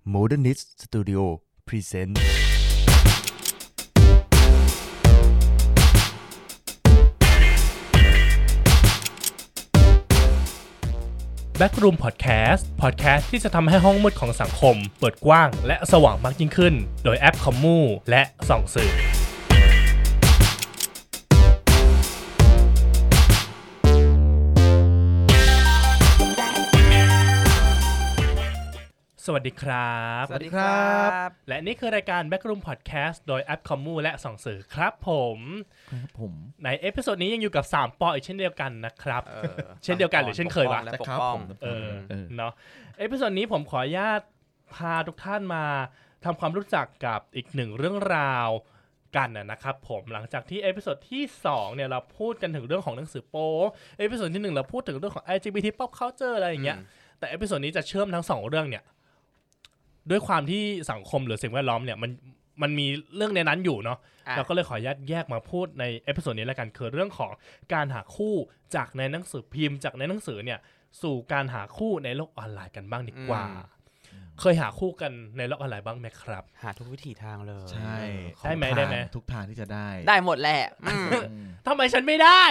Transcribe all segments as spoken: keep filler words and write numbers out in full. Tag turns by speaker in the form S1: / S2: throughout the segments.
S1: Modernist Studio Present
S2: Backroom Podcast Podcast ที่จะทำให้ห้องมืดของสังคมเปิดกว้างและสว่างมากยิ่งขึ้นโดยแอปคอมมูและส่องสื่อสวัสดีครับ
S3: สวัสดีครับ
S2: และนี่คือรายการ Backroom Podcast โดยแอปคอมมูและส่องสื่อครับผม
S3: ครับผม
S2: ในเอพิโซดนี้ยังอยู่กับสามปออีกเช่นเดียวกันนะครับเออเช่นเดียวกันหรือเช่นเคยวะ
S3: จะครับผม
S2: เออเนาะเอพิโซดนี้ผมขออนุญาตพาทุกท่านมาทำความรู้จักกับอีกหนึ่งเรื่องราวกันนะครับผมหลังจากที่เอพิโซดที่สองเนี่ยเราพูดกันถึงเรื่องของหนังสือโป๊เอพิโซดที่หนึ่งเราพูดถึงเรื่องของ แอล จี บี ที Pop Culture อะไรอย่างเงี้ยแต่เอพิโซดนี้จะเชื่อมทั้งสองเรื่องเนี่ยด้วยความที่สังคมหรือสิ่งแวดล้อมเนี่ยมันมันมีเรื่องในนั้นอยู่เนาะเราก็เลยขออนุญาตแยกมาพูดในเอพิโซดนี้แล้วกันคือเรื่องของการหาคู่จากในหนังสือพิมพ์จากในหนังสือเนี่ยสู่การหาคู่ในโลกออนไลน์กันบ้างดีกว่าเคยหาคู่กันในโลกออนไลน์บ้างไหมครับ
S3: หาทุกวิถีทางเลย
S4: ใช่
S2: ได้ไหมได้ไหม
S4: ทุกทางที่จะได้
S3: ได้หมดแหละ
S2: ทำไมฉันไม่ได้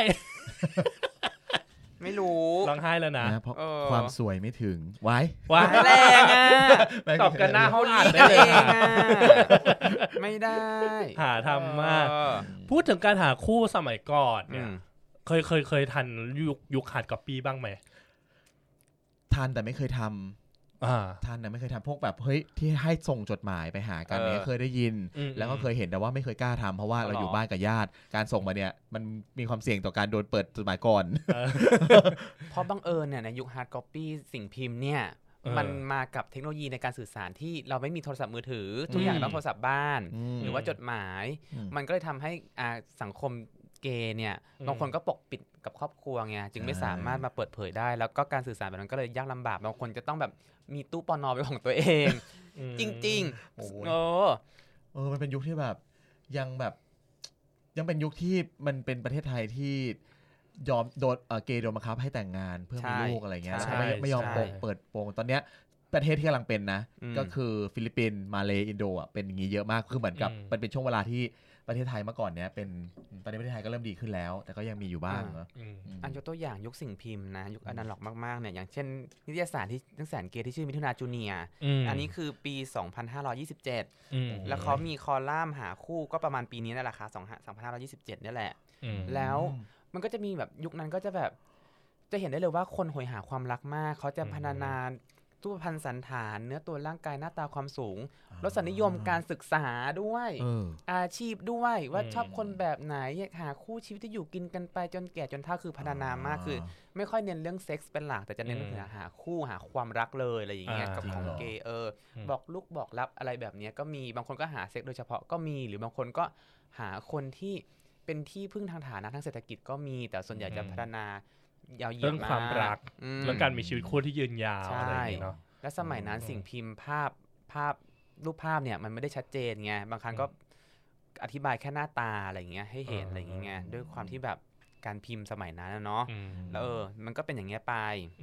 S3: ไม่รู้
S2: ร้องไห้แล้วนะ
S4: เพราะความสวยไม่ถึงไว้
S2: ไว้
S3: แรงอ่ะ
S2: ตอบกันหน้าห้องอัดได้เลย
S3: ไม่ได้
S2: หาทำมากพูดถึงการหาคู่สมัยก่อนเนี่ยเคยเคยเคยทันยุคยุคฮาร์ดก๊อปปี้บ้างไหม
S4: ทันแต่ไม่เคยทำทันแต่ไม่เคยทำพวกแบบเฮ้ยที่ให้ส่งจดหมายไปหากันเนี้ยเคยได้ยินแล้วก็เคยเห็นแต่ว่าไม่เคยกล้าทำเพราะว่าเราอยู่บ้านกับญาติการส่งมาเนี่ยมันมีความเสี่ยงต่อการโดนเปิดจดหมายก่อน
S3: เพราะบังเอิญเนี่ยในยุคฮาร์ดก๊อปปี้สิ่งพิมพ์เนี่ยมันมากับเทคโนโลยีในการสื่อสารที่เราไม่มีโทรศัพท์มือถือทุกอย่างต้องโทรศัพท์บ้านหรือว่าจดหมายมันก็เลยทำให้สังคมเกย์เนี่ยบางคนก็ปกปิดกับครอบครัวไงจึงไม่สามารถมาเปิดเผยได้แล้วก็การสื่อสารแบบนั้นก็เลยยากลำบากบางคนจะต้องแบบมีตู้ปน.เป็นของตัวเองจริงๆโอ้เออ
S4: เออมันเป็นยุคที่แบบยังแบบยังเป็นยุคที่มันเป็นประเทศไทยที่ยอมโดนเกย์โดนบังคับให้แต่งงานเพื่อมีลูกอะไรเงี้ยแล้วไม่ไม่ยอมเปิดโปงตอนเนี้ยประเทศที่กำลังเป็นนะก็คือฟิลิปปินส์มาเลย์อินโดอ่ะเป็นอย่างงี้เยอะมากคือเหมือนกับมันเป็นช่วงเวลาที่ประเทศไทยเมื่อก่อนเนี้ยเป็นตอนนี้ประเทศไทยก็เริ่มดีขึ้นแล้วแต่ก็ยังมีอยู่บ้างเนาะ
S3: อันยกตัวอย่างยุคสิ่งพิมพ์นะยุคอนาล็อกมากๆเนี่ยอย่างเช่นนิตยสารที่นักแสนเกย์ที่ชื่อมิถุนาจูเนียร์อันนี้คือปีสองพันห้าร้อยยี่สิบเจ็ดแล้วเขามีคอลัมน์หาคู่ก็ประมาณปีนี้นั่นแหละค่ะสองพันห้าร้อยยี่สิบเจ็ดนี่แหละแล้วมันก็จะมีแบบยุคนั้นก็จะแบบจะเห็นได้เลยว่าคนโหยหาความรักมากเขาจะพรรณนารูปพรรณสันฐานเนื้อตัวร่างกายหน้าตาความสูงรสนิยมการศึกษาด้วยอาชีพด้วยว่าชอบคนแบบไหนอยากหาคู่ชีวิตที่อยู่กินกันไปจนแก่จนเฒ่าคือพรรณนามากคือไม่ค่อยเน้นเรื่องเซ็กส์เป็นหลักแต่จะเน้นเรื่องหาคู่หาความรักเลยอะไรอย่างเงี้ยกับของเกย์เออบอกลูกบอกลับอะไรแบบนี้ก็มีบางคนก็หาเซ็กส์โดยเฉพาะก็มีหรือบางคนก็หาคนที่เป็นที่พึ่งทางฐานะทางเศรษฐกิจก็มีแต่ส่วนใหญ่จะพัฒนายาวเหยียด
S2: เรื่องความรักเรื่องการมีชีวิตคู่ที่ยืนยาวอะไรอย่างเงี้ยเนาะ
S3: และสมัยนั้นสิ่งพิมพ์ภาพภาพรูปภาพเนี่ยมันไม่ได้ชัดเจนไงบางครั้งก็อธิบายแค่หน้าตาอะไรอย่างเงี้ยให้เห็นอะไรอย่างเงี้ยด้วยความที่แบบการพิมพ์สมัยนั้นเนาะแล้วเออมันก็เป็นอย่างเงี้ยไป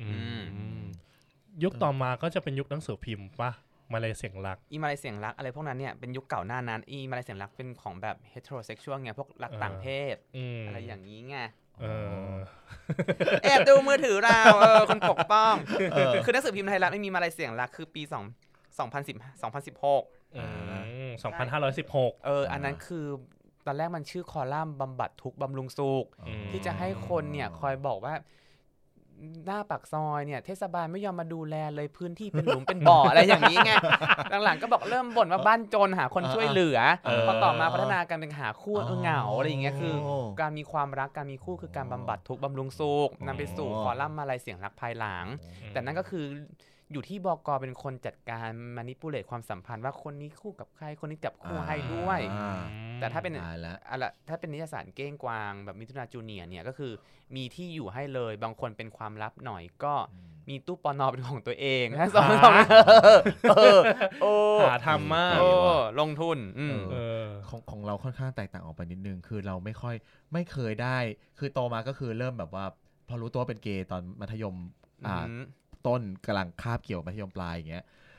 S2: ยุคต่อมาก็จะเป็นยุคหนังสือพิมพ์ป่ะมาเลยเสียงรัก
S3: อีมาเลยเสียงรักอะไรพวกนั้นเนี่ยเป็นยุคเก่าหน้านั้นอีมาเลยเสียงรักเป็นของแบบเฮตโรเซ็กชวลไงพวกรักต่างเพศอะไรอย่างนี้ไง
S2: เออ
S3: แอบดูมือถือเราเออคนปกป้องคือหนังสือพิมพ์ไทยรัฐไม่มีมาลายเสียงรักคือปีสองพันสิบ สองพันสิบหก
S2: อืมสองพันห้าร้อยสิบหก
S3: เอออันนั้นคือตอนแรกมันชื่อคอลัมน์บำบัดทุกข์บำรุงสุขที่จะให้คนเนี่ยคอยบอกว่าหน้าปากซอยเนี่ยเทศบาลไม่ยอมมาดูแลเลยพื้นที่เป็นหลุมเป็นบ่ออะไรอย่างนี้ไงหลังๆก็บอกเริ่มบ่นว่าบ้านจนหาคนช่วยเหลือพอต่อมาพัฒนาการเป็นหาคู่เหงาอะไรอย่างเงี้ยคือการมีความรักการมีคู่คือการบำบัดทุกข์บำรุงสุขนำไปสู่คอลัมน์มาลายเสียงรักภายหลังแต่นั่นก็คืออยู่ที่บก.เป็นคนจัดการมานิปูเลตความสัมพันธ์ว่าคนนี้คู่กับใครคนนี้จับคู่ให้ด้วยแต่ถ้าเป็นอะไรถ้าเป็นนิตยสารเก้งกวางแบบมิถุนาจูเนียร์เนี่ยก็คือมีที่อยู่ให้เลยบางคนเป็นความลับหน่อยก็มีตู้ปน.เป็นของตัวเองนะสองสองโอ้
S2: หาทำมาก
S3: ลงทุน
S4: ของของเราค่อนข้างแตกต่างออกไปนิดนึงคือเราไม่ค่อยไม่เคยได้คือโตมาก็คือเริ่มแบบว่าพอรู้ตัวเป็นเกย์ตอนมัธยมอ่าต้นกำลังคาบเกี่ยวมัธยมปลายอย่างเงี้ย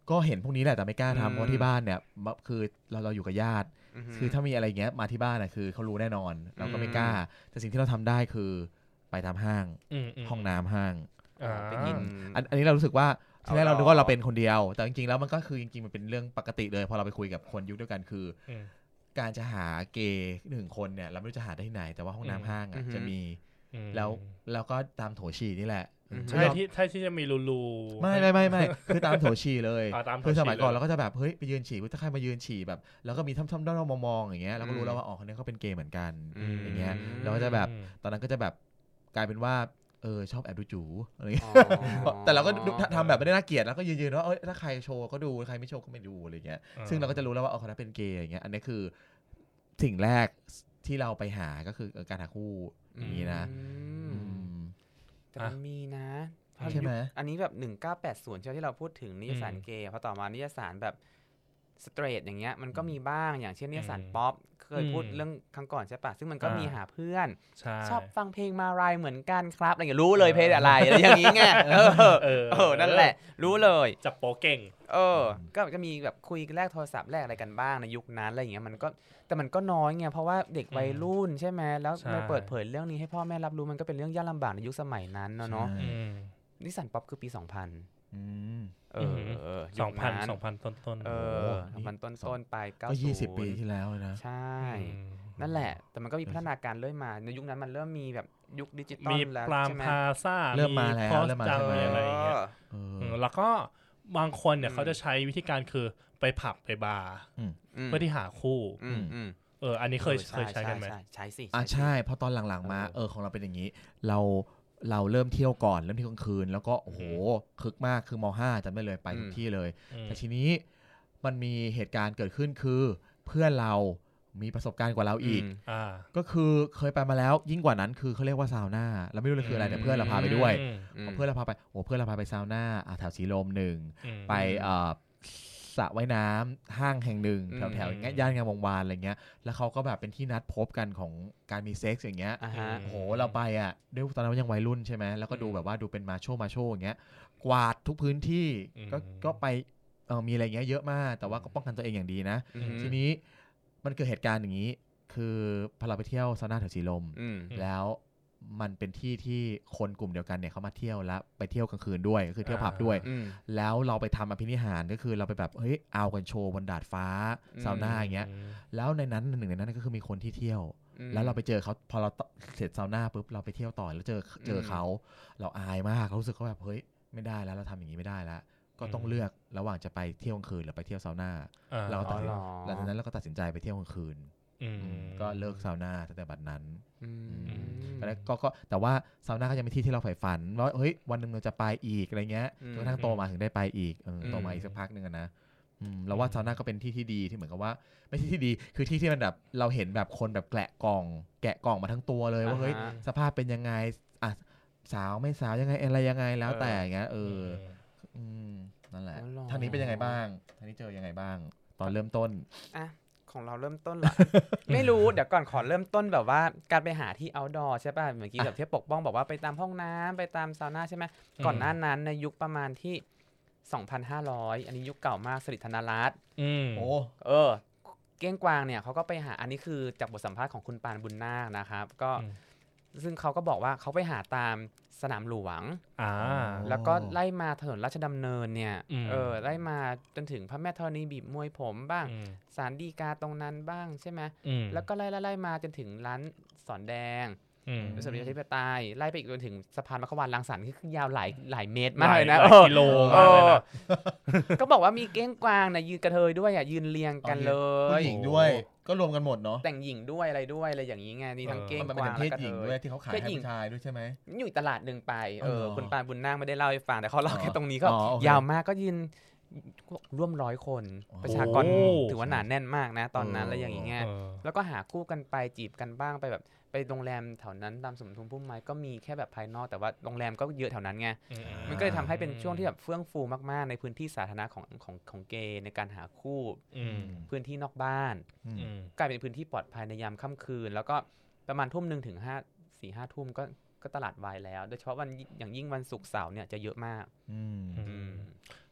S4: ก็เห็นพวกนี้แหละแต่ไม่กล้าทำเพราะที่บ้านเนี่ยคือเราเราอยู่กับญาติคือถ้ามีอะไรเงี้ยมาที่บ้านน่ะคือเขารู้แน่นอนเราก็ไม่กล้าแต่สิ่งที่เราทำได้คือไปตามห้างห้องน้ำห้าง
S3: ไปกิน
S4: อันนี้เรารู้สึกว่าทีแรกเราคิดว่าเราเป็นคนเดียวแต่จริงๆแล้วมันก็คือจริงๆมันเป็นเรื่องปกติเลยพอเราไปคุยกับคนยุคเดียวกันคือการจะหาเกย์หนึ่งคนเนี่ยเราไม่รู้จะหาได้ที่ไหนแต่ว่าห้องน้ำห้างอ่ะจะมีแล้วแล้วก็ตามโถฉี่นี่แหละ
S2: ใช่ที่ใช่ที่จะมีรูรู
S4: ไม่ไม่ไม่ไม่คือตามโถฉี่เลยคือสมัยก่อนเราก็จะแบบเฮ้ยไปยืนฉี่ถ้าใครมายืนฉี่แบบแล้วก็มีท่ำๆด้อมมองอย่างเงี้ยเราก็รู้แล้วว่าอ๋อคนนี้เขาเป็นเกย์เหมือนกันอย่างเงี้ยเราก็จะแบบตอนนั้นก็จะแบบกลายเป็นว่าเออชอบแอบดูจู๋อะไรเงี้ยแต่เราก็ทำแบบไม่ได้น่าเกลียดแล้วก็ยืนๆว่าเอ้ยถ้าใครโชว์ก็ดูใครไม่โชว์ก็ไม่ดูอะไรเงี้ยซึ่งเราก็จะรู้แล้วว่าอ๋อคนนั้นเป็นเกย์อย่างเงี้ยอันนี้คือสิ่งแรกที่เราไปหาก็คือการหาคู่อย่างนี้นะ
S3: แต่มันมีนะ
S4: ใช่ไหม
S3: อันนี้แบบหนึ่งเก้าแปดศูนย์ใช่ที่เราพูดถึงนิยสารเกย์พอต่อมานิยสารแบบสเตรทอย่างเงี้ยมันก็มีบ้างอย่างเช่นนิยสารป๊อปเคยพูดเรื่องครั้งก่อนใช่ปะซึ่งมันก็มีหาเพื่อนชอบฟังเพลงมารายเหมือนกันครับอะไรอย่างเงี้ยรู้เลยเพลงอะไรอะไรอย่างงี้ไงเออเออนั่นแหละรู้เลย
S2: จับโป๊เก่ง
S3: เออก็จะมีแบบคุยแลกโทรศัพท์แลกอะไรกันบ้างในยุคนั้นอะไรอย่างเงี้ยมันก็แต่มันก็น้อยไงเพราะว่าเด็กวัยรุ่นใช่ไหมแล้วมาเปิดเผยเรื่องนี้ให้พ่อแม่รับรู้มันก็เป็นเรื่องยากลำบากในยุคสมัยนั้นเนาะเนาะนิสสันป๊อปคือปีสองพันเออ
S2: สองพันสองพันต้นต้น
S3: เออมันต้นต้นไปเก้าสิบ
S4: ก็ยี่สิบปีที่แล้วเลยนะ
S3: ใช่นั่นแหละแต่มันก็มีพัฒนาการเรื่อยมาในยุคนั้นมันเริ่มมีแบบยุคดิจิตอลแล้ว
S2: ใช่ไหมมีปรามพาซ่า
S4: เริ่มมาแล้วเริ่มมา
S2: อะไรอย่างเงี้ยแล้วก็บางคนเนี่ยเขาจะใช้วิธีการคือไปผับไปบาร์เพื่อที่หาคู่เอออันนี้เคยเคยใช้กันไหม
S3: ใช้สิ
S4: อ่ะใช่เพราะตอนหลังๆมาเออของเราเป็นอย่างนี้เราเราเริ่มเที่ยวก่อนเริ่มเที่ยวกลางคืนแล้วก็โอ้โหคึกมากคือม.ห้าจำได้เลยไปทุกที่เลยแต่ทีนี้มันมีเหตุการณ์เกิดขึ้นคือเพื่อนเรามีประสบการณ์กว่าเราอีกก็คือเคยไปมาแล้วยิ่งกว่านั้นคือเขาเรียกว่าซาวน่าเราไม่รู้เลยคืออะไรแต่เพื่อนเราพาไปด้วยเพื่อนเราพาไปโอ้เพื่อนเราพาไปซาวน่าแถวสีลมหนึ่งไปสระว่ายน้ำห้างแห่งหนึ่งแถวแถวอย่างเงี้ยย่านงามวงวานอะไรเงี้ยแล้วเขาก็แบบเป็นที่นัดพบกันของการมีเซ็กซ์อย่างเงี้ยโอ้โหเราไปอ่ะด้วยตอนนั้นยังวัยรุ่นใช่ไหมแล้วก็ดูแบบว่าดูเป็นมาโชมาโชอย่างเงี้ยกวาดทุกพื้นที่ก็ก็ไปเออมีอะไรเงี้ยเยอะมากแต่ว่าก็ป้องกันตัวเองอย่างดีนะทีนี้มันเกิดเหตุการณ์อย่างนี้คือพอเราไปเที่ยวซาวน่าแถวสีลมแล้วมันเป็นที่ที่คนกลุ่มเดียวกันเนี่ยเขามาเที่ยวแล้วไปเที่ยวกลางคืนด้วยก็คือเที่ยวผับด้วยแล้วเราไปทำอภินิหารก็คือเราไปแบบเฮ้ยเอากันโชว์บนดาดฟ้าซาวน่าอย่างเงี้ยแล้วในนั้นหนึ่งในนั้นก็คือมีคนที่เที่ยวแล้วเราไปเจอเขาพอเราเสร็จซาวน่าปุ๊บเราไปเที่ยวต่อแล้วเจอเจอเขาเราอายมากเรารู้สึกเขาแบบเฮ้ยไม่ได้แล้วเราทำอย่างนี้ไม่ได้แล้วก็ต้องเลือกระหว่างจะไปเที่ยวกลางคืนหรือไปเที่ยวซาวน่าเราตัดสินหลังจากนั้นเราก็ตัดสินใจไปเที่ยวกลางคืนก็เลิกซาวน่าตั้งแต่บัดนั้นแล้วก็ก็แต่ว่าซาวน่าก็ยังเป็นที่ที่เราใฝ่ฝันว่าเฮ้ยวันหนึ่งเราจะไปอีกอะไรเงี้ยจนกระทั่งโตมาถึงได้ไปอีกโตมาอีกสักพักนึงนะเราว่าซาวน่าก็เป็นที่ที่ดีที่เหมือนกับว่าไม่ใช่ที่ดีคือที่ที่มันแบบเราเห็นแบบคนแบบแกะกล่องแกะกล่องมาทั้งตัวเลยว่าเฮ้ยสภาพเป็นยังไงอ่ะสาวไม่สาวยังไงอะไรยังไงแล้วแต่อย่างเงี้ยเออนั่นแหละทางนี้เป็นยังไงบ้างทางนี้เจอยังไงบ้างตอนเริ่มต้น
S3: อ่ะของเราเริ่มต้นละ ไม่รู้เดี๋ยวก่อนขอเริ่มต้นแบบว่าการไปหาที่ outdoor ใช่ป่ะเมื่อกี้แบบที่ปกป้องบอกว่าไปตามห้องน้ำไปตามซาวน่าใช่ไหมก่อนหน้านั้นในยุคประมาณที่สองพันห้าร้อยอันนี้ยุคเก่ามากสฤษดิ์ธนรัตน์โอ้เออเก้งกวางเนี่ยเขาก็ไปหาอันนี้คือจากบทสัมภาษณ์ของคุณปานบุญนาคนะครับก็ซึ่งเขาก็บอกว่าเขาไปหาตามสนามหลวงแล้วก็ไล่มาถนนราชดำเนินเนี่ยเออไล่มาจนถึงพระแม่ธรณีบีบมวยผมบ้างศาลฎีกาตรงนั้นบ้างใช่ไหมแล้วก็ไล่ไล่มาจนถึงร้านสอนแดงเป็นสมเด็จพระธิปไตยไล่ไปอีกจนถึงสะพานมขวานรังสรรค์ที่ยาวหลายหลายเมตรมากเลยนะ
S2: กิโลมากเลยนะ
S3: ก็บอกว่ามีเก้งกวางนะยืนกระเทยด้วยอ่ะยืนเรียงกันเลย
S4: ผู้หญิงด้วยก็รวมกันหมดเนาะ
S3: แต่งหญิงด้วยอะไรด้วยอะไรอย่างนี้ไงนี่ทั้งเก้งกวาง
S4: และกระเทยด้วยที่เขาขายให้ผู้ชายด้วยใช่ไหม
S3: อยู่ตลาดหนึ่งไปเออคุณปานบุญนาคไม่ได้เล่าให้ฟังแต่เขาเล่าแค่ตรงนี้ก็ยาวมากก็ยืนร่วมร้อยคนประชากรถือว่าหนาแน่นมากนะตอนนั้นอะไรอย่างเงี้ยแล้วก็หาคู่กันไปจีบกันบ้างไปแบบไปโรงแรมแถวนั้นตามสมทบพุ่มไม้ก็มีแค่แบบภายนอกแต่ว่าโรงแรมก็เยอะแถวนั้นไงมันก็เลยทำให้เป็นช่วงที่แบบเฟื่องฟูมากๆในพื้นที่สาธารณะของของของเกย์ในการหาคู่พื้นที่นอกบ้านกลายเป็นพื้นที่ปลอดภัยในยามค่ำคืนแล้วก็ประมาณทุ่มหนึ่งถึงห้าสี่ห้าทุ่มก็ก็ตลาดวายแล้วโดยเฉพาะวันอย่างยิ่งวันศุกร์เสาร์เนี่ยจะเยอะมาก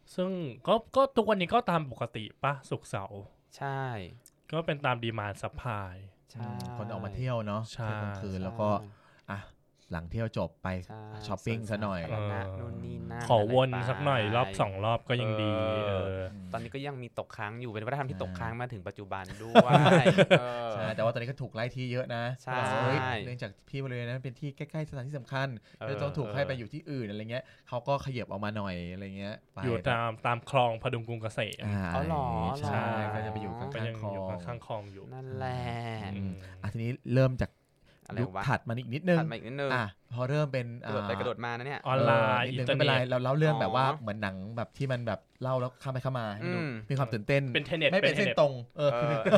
S2: ซึ่งก็ก็ทุกวันนี้ก็ตามปกติปะศุกร์เสาร์
S3: ใช่
S2: ก็เป็นตามดีมานด์ซัพพลาย
S3: ใช่
S4: คนออกมาเที่ยวเนาะเที่ยวกลางคืนแล้วก็อ่ะหลังเที่ยวจบไปช้อปปิ้งซะหน่อย
S3: นู่นนี่นั่น
S2: ขอวนสักหน่อยรอบสองรอบก็ยังดี
S3: ตอนนี้ก็ยังมีตกค้างอยู่เป็นวัฒนธรรมที่ตกค้างมาถึงปัจจุบันด้วย
S4: ใช่แต่ว่าตอนนี้ก็ถูกไล่ที่เยอะนะ
S3: ใช่
S4: เนื่องจากที่บริเวณนั้นเป็นที่ใกล้ๆสถานที่สำคัญจะต้องถูกให้ไปอยู่ที่อื่นอะไรเงี้ยเขาก็ขยับออกมาหน่อยอะไรเงี้ย
S2: อยู่ตามตามคลองพดุงกรุงเกษตร
S3: อ๋อหรอ
S4: ใช่ก็จะไปอยู่ข้าง
S2: ๆคลองข้างคลองอยู่
S3: นั่นแหละ
S4: อ่ะทีนี้เริ่มจากยุคถัดมาอีกนิดนึง
S3: ถัดมาอีกนิดนึง
S4: อ่ะพอเริ่มเป็น
S3: กระโดดไปกระโดดมานะเนี่ย
S2: ออนไลน์
S4: นิดนึงไม่เป็นไรเราเล่าเรื่องแบบว่าเหมือนหนังแบบที่มันแบบเล่าแล้วข้ามไปข้ามมาให้ดูมีความตื่นเต้น
S2: เป็นเทเน็ต
S4: ไม่เป็นเส้นตรงเออ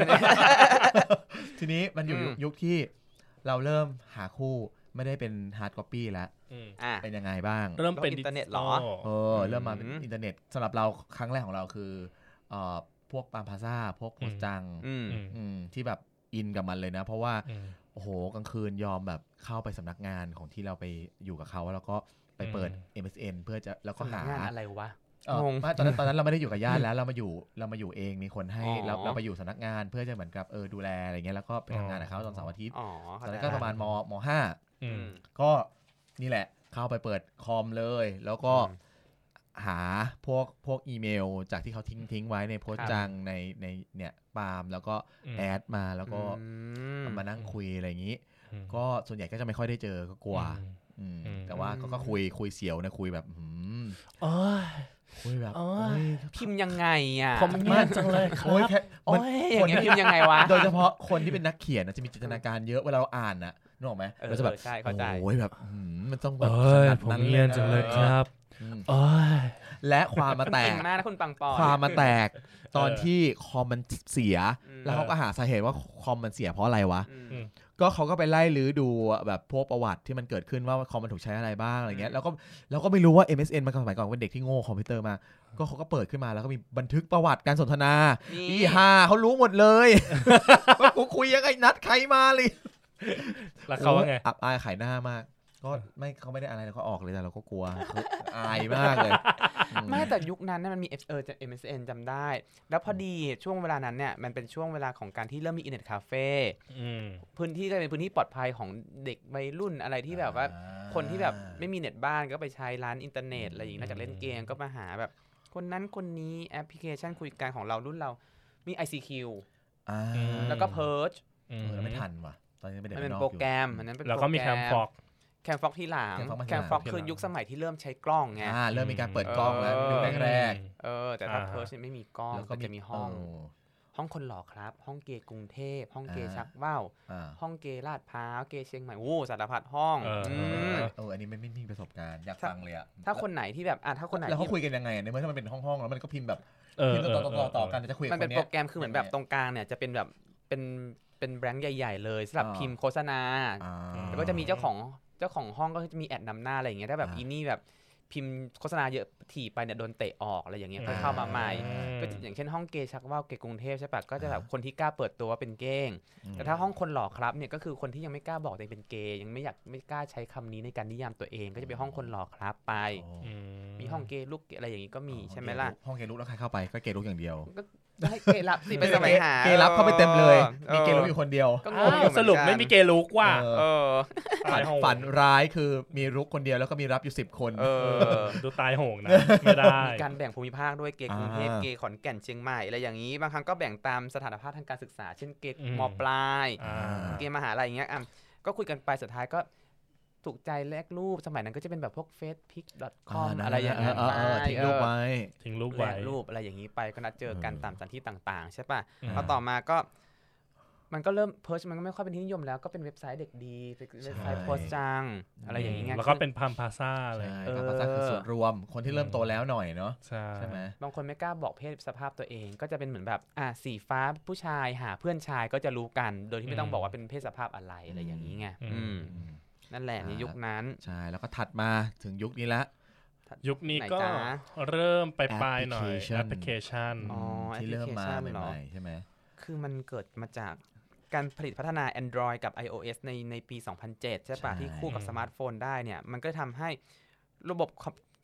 S4: ทีนี้มันอยู่ยุคที่เราเริ่มหาคู่ไม่ได้เป็นฮาร์ดคอปปี้แล้วเป็นยังไงบ้าง
S2: เริ่มเป็น
S3: อินเทอร์เน็ตหรอ
S4: เออเริ่มมาเป็นอินเทอร์เน็ตสำหรับเราครั้งแรกของเราคือเอ่อพวกปามพาซ่าพวกโพสจังที่แบบอินกับมันเลยนะเพราะว่าโอ้โหกลางคืนยอมแบบเข้าไปสำนักงานของที่เราไปอยู่กับเขาแล้วก็ไปเปิด เอ็ม เอส เอ็น เพื่อจะแล้วก็หาง
S3: านอะไรวะ
S4: งงตอนนั้นตอนนั้นเราไม่ได้อยู่กับญาติแล้วเรามาอยู่เรามาอยู่เองมีคนให้เราเราไปอยู่สำนักงานเพื่อจะเหมือนกับเออดูแลอะไรเงี้ยแล้วก็ไปทำงานกับเขาตอนเสาร์อาทิตย์ตอนนั้นก็ประมาณมมห้าก็นี่แหละเข้าไปเปิดคอมเลยแล้วก็หาพวกพวกอีเมลจากที่เขาทิ้งทิ้งไว้ในโพสต์จังในในเนี่ยปาล์มแล้วก็แอดมาแล้วก็มานั่งคุยอะไรอย่างนี้ก็ส่วนใหญ่ก็จะไม่ค่อยได้เจอก็กลัวแต่ว่าก็คุยคุยเสียวนะคุยแบบคุยแบบ
S3: พิมพ์ยังไงอ่ะ
S2: ผมเงียบจังเลยครับ
S3: โอ้ยอย่างเงี้ยพิมพ์ยังไงวะ
S4: โดยเฉพาะคนที่เป็นนักเขียนจะมีจินตนาการเยอะเวลาเราอ่านน่ะนึกออกไหมเราจะแบบโอ้ยแบบมันต้องแบบ
S2: ขนาดนั้นเงียบจังเลยครับ
S4: และความมาแตกความมาแตกตอนที่คอมมันเสียแล้วเขาก็หาสาเหตุว่าคอมมันเสียเพราะอะไรวะก็เขาก็ไปไล่ลื้อดูแบบพวกประวัติที่มันเกิดขึ้นว่าคอมมันถูกใช้อะไรบ้างอะไรเงี้ยแล้วก็แล้วก็ไม่รู้ว่า เอ็ม เอส เอ็น มันสมัยก่อนเป็นเด็กที่โง่คอมพิวเตอร์มาก็เขาก็เปิดขึ้นมาแล้วก็มีบันทึกประวัติการสนทนาอีห่าเขารู้หมดเลยว่ากูคุยยังไงนัดใครมาเลย
S2: แล้วเขาว่าไง
S4: อับอายขายหน้ามากก็ไม่เขาไม่ได้อะไรแล้วก็ออกเลยแต่เราก็กลัวอายมากเลย
S3: ไม่แต่ยุคนั้นมันมี เออ เอ็ม เอส เอ็น จำได้แล้วพอดีช่วงเวลานั้นเนี่ยมันเป็นช่วงเวลาของการที่เริ่มมีอินเทอร์เน็ตคาเฟ่พื้นที่ก็เป็นพื้นที่ปลอดภัยของเด็กวัยรุ่นอะไรที่แบบว่าคนที่แบบไม่มีเน็ตบ้านก็ไปใช้ร้านอินเทอร์เน็ตอะไรอย่างนี้นอกจากเล่นเกมก็มาหาแบบคนนั้นคนนี้แอปพลิเคชันคุยกันของเรารุ่นเรามี ไอ ซี คิว แล้วก็ Purge
S4: ไม่ทันว่ะตอนนี้ไม่ได้
S3: เป็นโปรแกรมอันนั้นเป็น
S2: แล้วก็มีแคมฟ็อก
S3: แคมฟ็อกที่หลังแคมฟ็อกคือยุคสมัยที่เริ่มใช้กล้องไง
S4: เริ่มมีการเปิดกล้องแล้วยุคแรก
S3: ๆเออแต่ถ้าเพิร์ชไม่มีกล้องก็จะมีห้องห้องคนหล่อครับห้องเกย์กรุงเทพห้องเกย์ชักว่าวห้องเกย์ลาดพร้าวเกย์เชียงใหม่โอ้สารพัดห้อง
S4: เอออันนี้ไม่มีประสบการณ์อยากฟังเลยอะ
S3: ถ้าคนไหนที่แบบอ่ะถ้าคนไหน
S4: แล้วเขาคุยกันยังไงในเมื่อถ้ามันเป็นห้องๆแล้วมันก็พิมพ์แบบพิมพ์ต่อๆต่อกันจะคุย
S3: มันเป็นโปรแกรมคือเหมือนแบบตรงกลางเนี่ยจะเป็นแบบเป็นเป็นแบงค์ใหญ่ๆเลยสำหรับพิมพ์โฆษณาแล้วก็จะมีเจ้าของเจ้าของห้องก็จะมีแอดนำหน้าอะไรอย่างเงี้ยถ้าแบบอีนี่แบบพิมพ์โฆษณาเยอะถี่ไปเนี่ยโดนเตะออกอะไรอย่างเงี้ยค่อยเข้ามาใหม่ก็อย่างเช่นห้องเกย์ชักว่าวเกย์กรุงเทพใช่ปะก็จะแบบคนที่กล้าเปิดตัวว่าเป็นเก้งแต่ถ้าห้องคนหล่อครับเนี่ยก็คือคนที่ยังไม่กล้าบอกตัวเองเป็นเกย์ยังไม่อยากไม่กล้าใช้คำนี้ในการนิยามตัวเองก็จะไปห้องคนหล่อครับไปมีห้องเกย์ลุกอะไรอย่างงี้ก็มีใช่ไหมล่ะ
S4: ห้องเกย์ลุกแล้วใครเข้าไปก็เกย์ลุกอย่างเดียว
S3: ให้เกย์รับสิไปสมัยหา
S4: เกย์รับเข้าไปเต็มเลยมีเกย์ลุกอยู่คนเดียว
S2: สรุปไม่มีเกย์ลุกว่ะ
S4: ฝันร้ายคือมีลุกคนเดียวแล้วก็มีรับอยู่สิบคน
S2: ดูตายโหงนะไม่ได้
S3: มีการแบ่งภูมิภาคด้วยเกย์กรุงเทพเกย์ขอนแก่นเชียงใหม่อะไรอย่างนี้บางครั้งก็แบ่งตามสถานภาพทางการศึกษาเช่นเกย์ม.ปลายเกย์มหาลัยอย่างเงี้ยก็คุยกันไปสุดท้ายก็ถูกใจแลกรูปสมัยนั้นก็จะเป็นแบบพวก เฟซพิก ดอท คอม อะไรอย่างเงี้ย
S4: ทิ้งรูปไว้
S2: ทิ้งรูปไว้
S3: รูปอะไรอย่างนี้ไปก็นัดเจอกันตามสถานที่ต่างๆใช่ป่ะพอต่อมาก็มันก็เริ่มเพิร์ชมันก็ไม่ค่อยเป็นที่นิยมแล้วก็เป็นเว็บไซต์เด็กดีเป็นเว็บไซต์โพสจังอะไรอย่างเงี้ย
S2: แล้วก็เป็นพัมพาซ่าอะไร
S4: พัมพาซ่าคือส่วนรวมคนที่เริ่มโตแล้วหน่อยเนาะใช่ไหม
S3: บางคนไม่กล้าบอกเพศสภาพตัวเองก็จะเป็นเหมือนแบบอ่ะสีฟ้าผู้ชายหาเพื่อนชายก็จะรู้กันโดยที่ไม่ต้องบอกว่าเป็นเพศสภาพอะไรอะไรอย่างนี้ไงนั่นแหละในยุคนั้น
S4: ใช่แล้วก็ถัดมาถึงยุคนี้ละ
S2: ยุคนี้ก็เริ่มไปปลายหน่อยแอปพลิเคชัน
S4: ที่เริ่มมาใหม่ๆใช่ไหม
S3: คือมันเกิดมาจากการผลิตพัฒนา Android กับ iOS ในในปีสองพันเจ็ดใช่ป่ะที่คู่กับสมาร์ทโฟนได้เนี่ยมันก็ทำให้ระบบ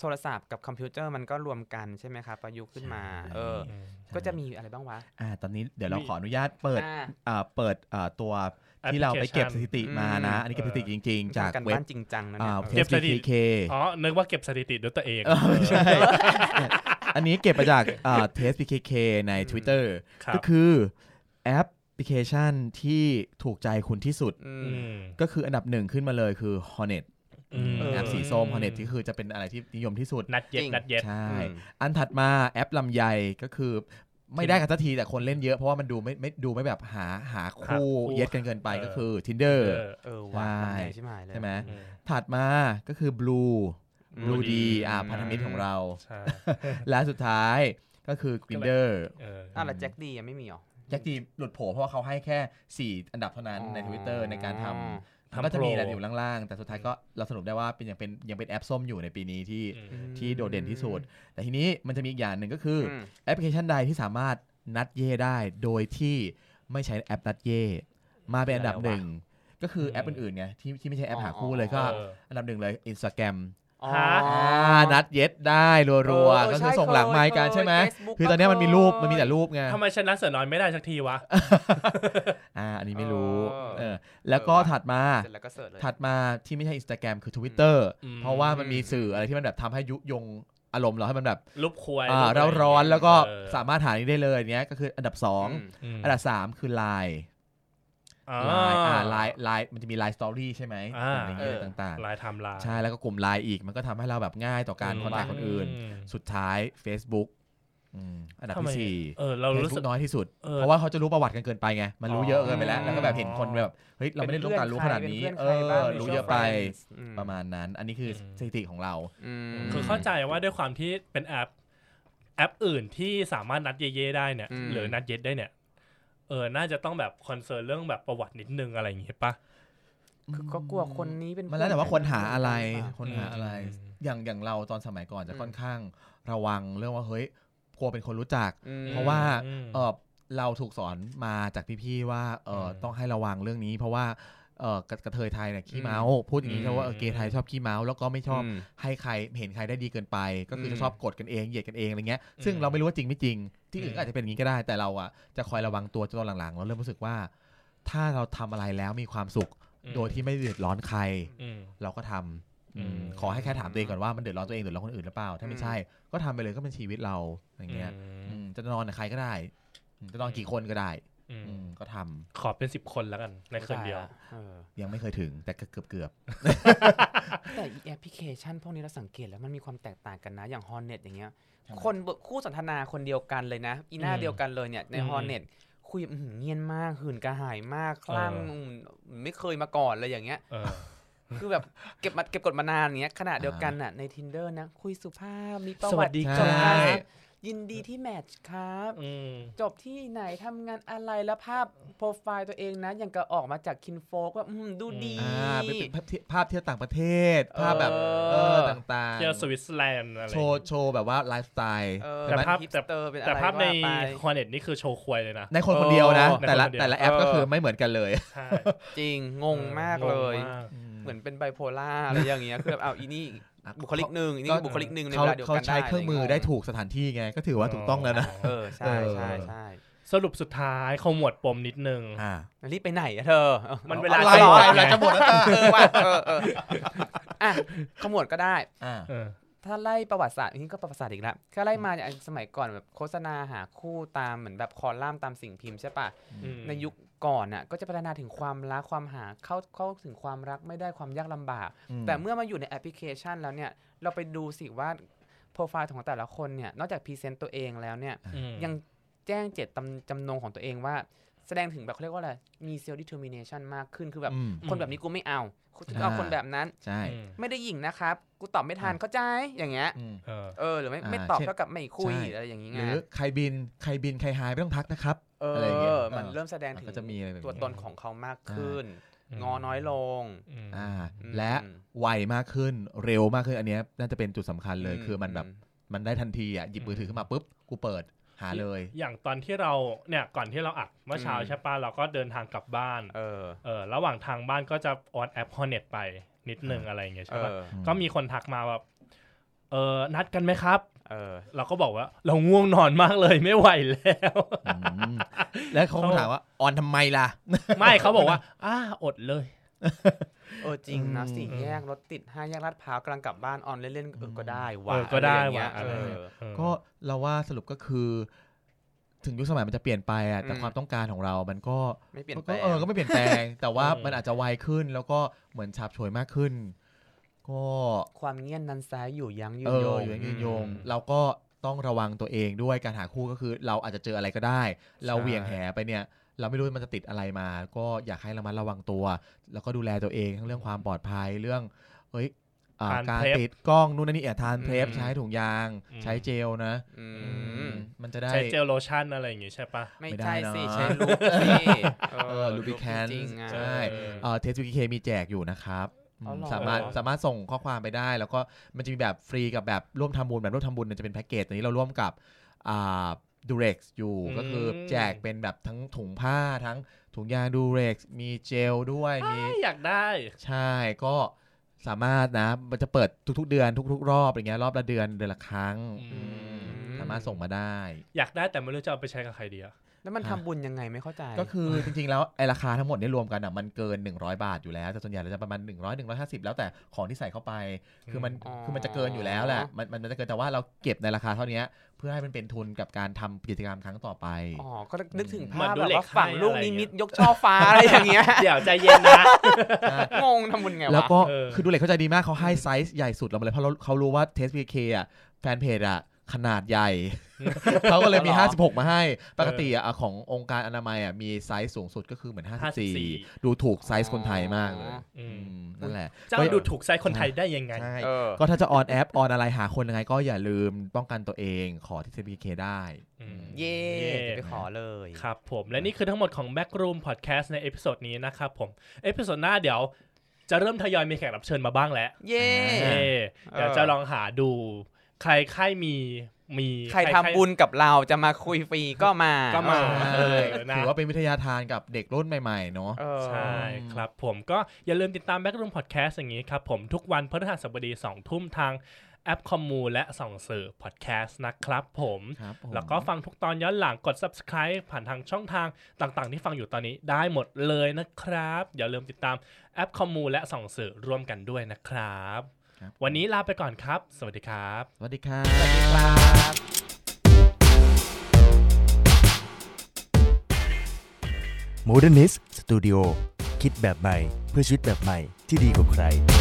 S3: โทรศัพท์กับคอมพิวเตอร์มันก็รวมกันใช่ไหมครับประยุกต์ขึ้นมาเออก็จะมีอะไรบ้างวะ
S4: อ่าตอนนี้เดี๋ยวเราขออนุญาตเปิดอ่าเปิดอ่าตัวที่เราไปเก็บสถิติมานะอันนี้เก็บสถิติจริงๆจากเว็บ
S3: จริงจังนะ
S4: เก็บสถิติ
S2: อ๋อนึกว่าเก็บสถิติด้วยตัวเอง
S4: ใช่อันนี้เก็บมาจากอ่า Test พี เค เค ใน Twitter ก็คือแอปพลิเคชันที่ถูกใจคุณที่สุดก็คืออันดับหนึ่งขึ้นมาเลยคือ Hornet แอปสีส้ม Hornet ที่คือจะเป็นอะไรที่นิยมที่สุด
S2: นัดเย็ดนัดเย็ด
S4: ใช่อันถัดมาแอปลำไยก็คือไม่ได้กันสักทีแต่คนเล่นเยอะเพราะว่ามันดูไม่ไม่ดูไม่แบบหาหาคู่เย็ดกันเกินไปก็คือ Tinder
S3: เออว่ะ
S4: ใช่ไหมถัดมาก็คือ Blue Blue ดีอ่าพันธมิตรของเราและสุดท้ายก็คือ Grindr
S3: อ่ะแล้วแจ็คดียังไม่มีหรอ
S4: แจ็คดีหลุดโผเพราะว่าเขาให้แค่สี่อันดับเท่านั้นใน Twitter ในการทำก็จะมีอะไรอยู่ล่างๆแต่สุดท้ายก็เราสรุปได้ว่าเป็นยังเป็นยังเป็นแอปส้มอยู่ในปีนี้ที่ที่โดดเด่นที่สุดแต่ทีนี้มันจะมีอีกอย่างหนึ่งก็คือแอปพลิเคชันใดที่สามารถนัดเย่ได้โดยที่ไม่ใช้แอปนัดเย่มาเป็นอันดับหนึ่งก็คือแอปอื่นๆไงที่ที่ไม่ใช่แอปหาคู่เลยก็อันดับหนึ่งเลย Instagramนัดเย็ดได้รัวๆก็คือส่งหลังไมค์กันใช่ไหมคือตอนนี้มันมีรูปมันมีแต่รูปไง
S2: ทำไมฉันนัดเสือน้อยไม่ได้สักทีวะ
S4: อ่าอันนี้ไม่รู้เออแล้วก็ถัดมาถัดมาที่ไม่ใช่ Instagram คือ Twitter เพราะว่ามันมีสื่ออะไรที่มันแบบทำให้ยุยงอารมณ์เราให้มันแบบ
S2: รูปควาย
S4: อ่าเราร้อนแล้วก็สามารถหานี้ได้เลยเนี้ยก็คืออันดับสองอันดับสามคือ ไลน์ ไลน์อ่าไลน์ไลน์มันจะมี ไลน์ Story ใช่ไหมอะไรเงี้ยต่างๆ
S2: ไลน์ไทม์ไลน์
S4: ใช่แล้วก็กลุ่ม ไลน์ อีกมันก็ทำให้เราแบบง่ายต่อการคอนแทคคนอื่นสุดท้าย Facebook อันดับที่สี่
S2: เออเรารู้สึก
S4: น้อยที่สุดเพราะว่าเขาจะรู้ประวัติกันเกินไปไงมันรู้เยอะเกินไปแล้วแล้วก็แบบเห็นคนแบบเฮ้ยเราไม่ได้ต้องการรู้ขนาดนี้เออรู้เยอะไปประมาณนั้นอันนี้คือสถิติของเรา
S2: คือเข้าใจว่าด้วยความที่เป็นแอปแอปอื่นที่สามารถนัดเย่ๆได้เนี่ยหรือนัดเย็ดได้เนี่ยเออน่าจะต้องแบบคอนเซิร์นเรื่องแบบประวัตินิดนึงอะไรอย่างเงี้ยป่ะ
S3: คือก็กลัวคนนี้เป็น
S4: มันแล้วแต่ว่าคนหาอะไรคนหาอะไรอย่างอย่างเราตอนสมัยก่อนจะค่อนข้างระวังเรื่องว่าเฮ้ยกลัวเป็นคนรู้จักเพราะว่าเออเราถูกสอนมาจากพี่ๆว่าเออต้องให้ระวังเรื่องนี้เพราะว่าเออกระเทยไทยเนี่ยขี้เมาพูดอย่างนี้ใช่ว่าเกย์ไทยชอบขี้เมาแล้วก็ไม่ชอบให้ใครเห็นใครได้ดีเกินไปก็คือจะชอบกดกันเองเหยียดกันเองอะไรเงี้ยซึ่งเราไม่รู้ว่าจริงไม่จริงที่อื่นอาจจะเป็นอย่างนี้ก็ได้แต่เราอ่ะจะคอยระวังตัวจนหลังๆเราเริ่มรู้สึกว่าถ้าเราทำอะไรแล้วมีความสุขโดยที่ไม่เดือดร้อนใครเราก็ทำขอให้แค่ถามตัวเองก่อนว่ามันเดือดร้อนตัวเองหรือเดือดร้อนคนอื่นหรือเปล่าถ้าไม่ใช่ก็ทำไปเลยก็เป็นชีวิตเราอย่างเงี้ยจะนอนกับใครก็ได้จะนอนกี่คนก็ได้ก็ท
S2: ำขอเป็นสิบคนแล้วกันในคืนเดียว
S4: ยังไม่เคยถึงแต่เกือบเกือบ
S3: แต่แอปพลิเคชันพวกนี้เราสังเกตแล้วมันมีความแตกต่างกันนะอย่าง Hornet อย่างเงี้ยคนคู่สนทนาคนเดียวกันเลยนะอีหน้าเดียวกันเลยเนี่ยใน Hornet คุยเงียบมากหื่นกระหายมากคลั่งไม่เคยมาก่อนเลยอย่างเงี้ยคือแบบเก็บมาเก็บกดมานานอย่างเงี้ยขณะเดียวกันน่ะใน Tinder นะคุยสุภาพมีประวัติจบยินดีที่แมทช์ครับจบที่ไหนทำงานอะไรแล้วภาพโปรไฟล์ตัวเองนะอย่างก็ออกมาจากคินโฟกว่าดูดี
S4: ภาพเที่ยวต่างประเทศภาพแบบเออต่างๆ
S2: เที่ยวสวิตเซอร์แลนด์
S4: อะไรโชว์โชว์แบบว่าไลฟ์สไตล์
S2: แต่ภาพแต่ภาพในคอนเน็ตนี่คือโชว์ควายเลยนะ
S4: ในคนคนเดียวนะแต่ละแต่ละแอปก็คือไม่เหมือนกันเลย
S3: จริงงงมากเลยเหมือนเป็นไบโพล่าอะไรอย่างเงี้ยคือแบบเอาอีนี่บุคลิกหนึ่งนี่บุคลิกหนึ่งในเวลาเดียวกันได้เขา
S4: ใช้เครื่องมือได้ถูกสถานที่ไงก็ถือว่าถูกต้องแล้วนะ
S3: เออใช่ใช่ใช่
S2: สรุปสุดท้ายขมวดปมนิดนึง
S3: อ่ารีบไปไหนอะเธอ
S2: มันเวลา
S4: จะหมดแล้วจะหมดแล้ว
S3: เออว่าเออเอออ่ะขมวดก็ได้อ่าถ้าไล่ประวัติศาสตร์นี่ก็ประวัติศาสตร์อีกแล้วถ้าไล่มาจากสมัยก่อนแบบโฆษณาหาคู่ตามเหมือนแบบคอลัมน์ตามสิ่งพิมพ์ใช่ป่ะในยุคก่อนน่ะก็จะพัฒนาถึงความรักความหาเข้าเข้าถึงความรักไม่ได้ความยากลำบากแต่เมื่อมาอยู่ในแอปพลิเคชันแล้วเนี่ยเราไปดูสิว่าโปรไฟล์ของแต่ละคนเนี่ยนอกจากพรีเซนต์ตัวเองแล้วเนี่ยยังแจ้งเจตจำนงของตัวเองว่าแสดงถึงแบบเขาเรียกว่าอะไรมีเซลล์ดิเทอร์มิเนชันมากขึ้นคือแบบคนแบบนี้กูไม่เอากูจะเอาคนแบบนั้นไม่ได้หยิ่งนะครับกูตอบไม่ทันเข้าใจอย่างเงี้ยเออหรือไม่ไม่ตอบเท่ากับไม่คุยอะไรอย่างเงี้ย
S4: หรือใครบินใครบินใครหายไม่ต้องทักนะครับ
S3: อะไรอย่างเงี้ยมันเริ่มแสดงถึงตัวตนของเขามากขึ้นงอน้อยลง
S4: อ่าและไวมากขึ้นเร็วมากขึ้นอันนี้น่าจะเป็นจุดสำคัญเลยคือมันแบบมันได้ทันทีอ่ะหยิบมือถือขึ้นมาปุ๊บกูเปิดหาเลย
S2: อย่างตอนที่เราเนี่ยก่อนที่เราอัดเมื่อเช้าใช่ป่ะเราก็เดินทางกลับบ้านเออเออระหว่างทางบ้านก็จะออนแอป Hornet ไปนิดนึงอะไรอย่างเงี้ยใช่ป่ะก็มีคนทักมาแบบเออนัดกันไหมครับ
S3: เออ
S2: เราก็บอกว่าเราง่วงนอนมากเลยไม่ไหวแล้ว
S4: แล้วเขาถามว่าออนทำไมล่ะ
S2: ไม่เขาบอกว่าอ้าอดเลย
S3: เออจริงนะสี่แยกรถติดห้าแยกลาดพร้าวกำลังกลับบ้านออนเล่นๆเออก็ได้ว่ะ
S2: ก็ได้ว่ะ
S4: ก็เราว่าสรุปก็คือถึงยุคสมัยมันจะเปลี่ยนไปอ่ะแต่ความต้องการของเรามันก็
S3: ไม่เปลี่ยนแปลง
S4: เออก็ไม่เปลี่ยนแปลงแต่ว่ามันอาจจะไวขึ้นแล้วก็เหมือนฉาบฉวยมากขึ้นก็
S3: ความเงียบนั้นซ้ายอยู่ยั้งยืน
S4: โยงอยู่ยั้งยืนโยงเราก็ต้องระวังตัวเองด้วยการหาคู่ก็คือเราอาจจะเจออะไรก็ได้เราเหวี่ยงแหไปเนี่ยเราไม่รู้มันจะติดอะไรมาก็อยากให้ระมัดระวังตัวแล้วก็ดูแลตัวเองทั้งเรื่องความปลอดภัยเรื่องเอ้ยการติดกล้องนู่นนี่แอบทานเพลฟใช้ถุงยางใช้เจลนะมันจะได้
S2: ใช้เจลโลชั่นอะไรอย่างงี้ใช่ปะ
S3: ไม่ใช่สิใช้ลูบสิ
S4: เออลูบิแคนใช่เออเทส วี เค มีแจกอยู่นะครับสามารถสามารถส่งข้อความไปได้แล้วก็มันจะมีแบบฟรีกับแบบร่วมทำบุญแบบร่วมทำบุญจะเป็นแพ็กเกจตัวนี้เราร่วมกับอ่าดูเร็กซ์อยู่ก็คือแจกเป็นแบบทั้งถุงผ้าทั้งถุงยางดูเร็กซ์มีเจลด้วยมี
S2: อยากได้
S4: ใช่ก็สามารถนะมันจะเปิดทุกๆเดือนทุกๆรอบอย่างเงี้ยรอบละเดือนเดือนละครั้งสามารถส่งมาได้
S2: อยากได้แต่ไม่รู้จะเอาไปใช้กับใครดีอะ
S3: แล้วมันทำบุญยังไงไม่เข้าใจ
S4: ก็คือจริงๆแล้วไอ้ราคาทั้งหมดนี่รวมกันอ่ะมันเกินหนึ่งร้อยบาทอยู่แล้วแต่ส่วนใหญ่เราจะประมาณหนึ่งร้อย หนึ่งร้อยห้าสิบแล้วแต่ของที่ใส่เข้าไปคือมันคือมันจะเกินอยู่แล้วแหละมันมันจะเกินแต่ว่าเราเก็บในราคาเท่านี้เพื่อให้มันเป็นทุนกับการทำกิจกรรมครั้งต่อไป
S3: อ๋อก็นึกถึงภาพแบบว่าฝั่งลูกนิมิตยกช่อฟ้าอะไรอย่างเงี้ย
S2: เดี๋ยวใจเย็นนะ
S3: งงทำบุญไงวะ
S4: แล้วก็คือดูเล็กเข้าใจดีมากเขาให้ไซส์ใหญ่สุดเราเลยเพราะเขารู้ว่าเทส วี เค อ่ะแฟนเพจอ่ะขนาดใหญ่เขาก็เลยมีห้าสิบหกมาให้ปกติอ่ะขององค์การอนามัยอ่ะมีไซส์สูงสุดก็คือเหมือนห้าสิบสี่ดูถูกไซส์คนไทยมากเลยนั่นแหละ
S2: เจ้าดูถูกไซส์คนไทยได้ยังไง
S4: ก็ถ้าจะออนแอปออนอะไรหาคนยังไงก็อย่าลืมป้องกันตัวเองขอที่ ที พี เค ได้
S3: เย่ไปขอเลย
S2: ครับผมและนี่คือทั้งหมดของ Backroom Podcast ในเอพิโซดนี้นะครับผมเอพิโซดหน้าเดี๋ยวจะเริ่มทยอยมีแขกรับเชิญมาบ้างแล้ว
S3: เย่
S2: เดี๋ยวจะลองหาดูใครใครมีมี
S3: ใครทำบุญกับเราจะมาคุยฟรีก็มา
S2: ก็มา
S4: ถือว่าเป็นวิทยาทานกับเด็กรุ่นใหม่ๆเนาะ
S2: ใช่ครับผมก็อย่าลืมติดตาม Backroom Podcast อย่างนี้ครับผมทุกวันพฤหัสบดีสองทุ่มทางแอปคอมมูและส่องสื่อ Podcast นะครับผมแล้วก็ฟังทุกตอนย้อนหลังกด Subscribe ผ่านทางช่องทางต่างๆที่ฟังอยู่ตอนนี้ได้หมดเลยนะครับอย่าลืมติดตามแอปคอมมูและส่องสื่อร่วมกันด้วยนะครับวันนี้ลาไปก่อนครับสวัสดีครับ
S4: สวัสดีครับสวัสดี
S3: ครับ
S1: Modernist Studio คิดแบบใหม่เพื่อชีวิตแบบใหม่ที่ดีกว่าใคร